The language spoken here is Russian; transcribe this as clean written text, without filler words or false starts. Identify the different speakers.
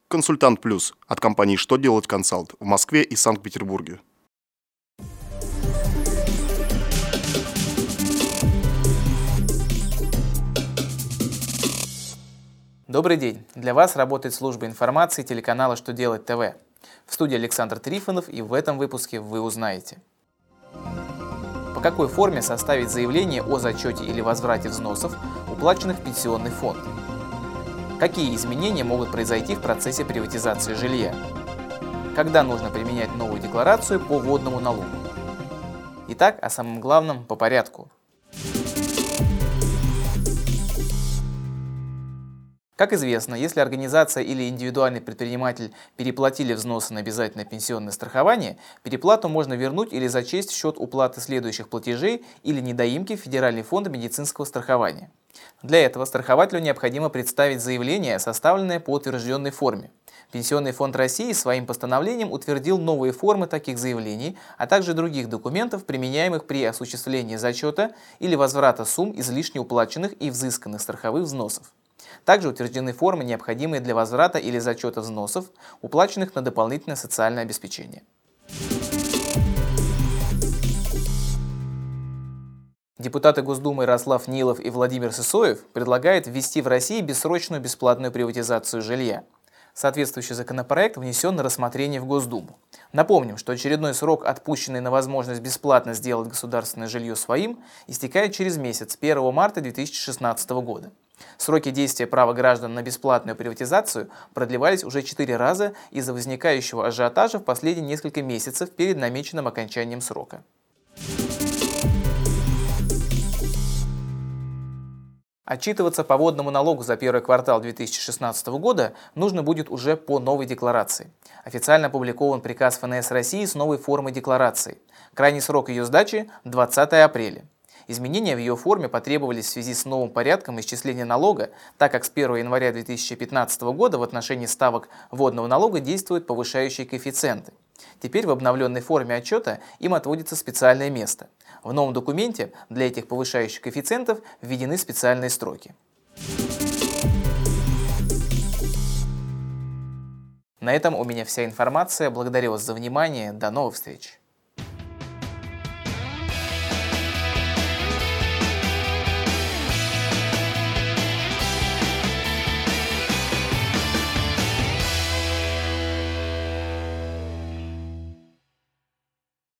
Speaker 1: Консультант Плюс от компании «Что делать консалт» в Москве и Санкт-Петербурге.
Speaker 2: Добрый день! Для вас работает служба информации телеканала «Что делать ТВ». В студии Александр Трифонов, и в этом выпуске вы узнаете: по какой форме составить заявление о зачете или возврате взносов, уплаченных в пенсионный фонд, какие изменения могут произойти в процессе приватизации жилья, когда нужно применять новую декларацию по водному налогу. Итак, о самом главном по порядку. Как известно, если организация или индивидуальный предприниматель переплатили взносы на обязательное пенсионное страхование, переплату можно вернуть или зачесть в счет уплаты следующих платежей или недоимки в Федеральный фонд медицинского страхования. Для этого страхователю необходимо представить заявление, составленное по утвержденной форме. Пенсионный фонд России своим постановлением утвердил новые формы таких заявлений, а также других документов, применяемых при осуществлении зачета или возврата сумм излишне уплаченных и взысканных страховых взносов. Также утверждены формы, необходимые для возврата или зачета взносов, уплаченных на дополнительное социальное обеспечение. Депутаты Госдумы Ярослав Нилов и Владимир Сысоев предлагают ввести в России бессрочную бесплатную приватизацию жилья. Соответствующий законопроект внесен на рассмотрение в Госдуму. Напомним, что очередной срок, отпущенный на возможность бесплатно сделать государственное жилье своим, истекает через месяц, 1 марта 2016 года. Сроки действия права граждан на бесплатную приватизацию продлевались уже 4 раза из-за возникающего ажиотажа в последние несколько месяцев перед намеченным окончанием срока. Отчитываться по водному налогу за первый квартал 2016 года нужно будет уже по новой декларации. Официально опубликован приказ ФНС России с новой формой декларации. Крайний срок ее сдачи – 20 апреля. Изменения в ее форме потребовались в связи с новым порядком исчисления налога, так как с 1 января 2015 года в отношении ставок водного налога действуют повышающие коэффициенты. Теперь в обновленной форме отчета им отводится специальное место. В новом документе для этих повышающих коэффициентов введены специальные строки. На этом у меня вся информация. Благодарю вас за внимание. До новых встреч!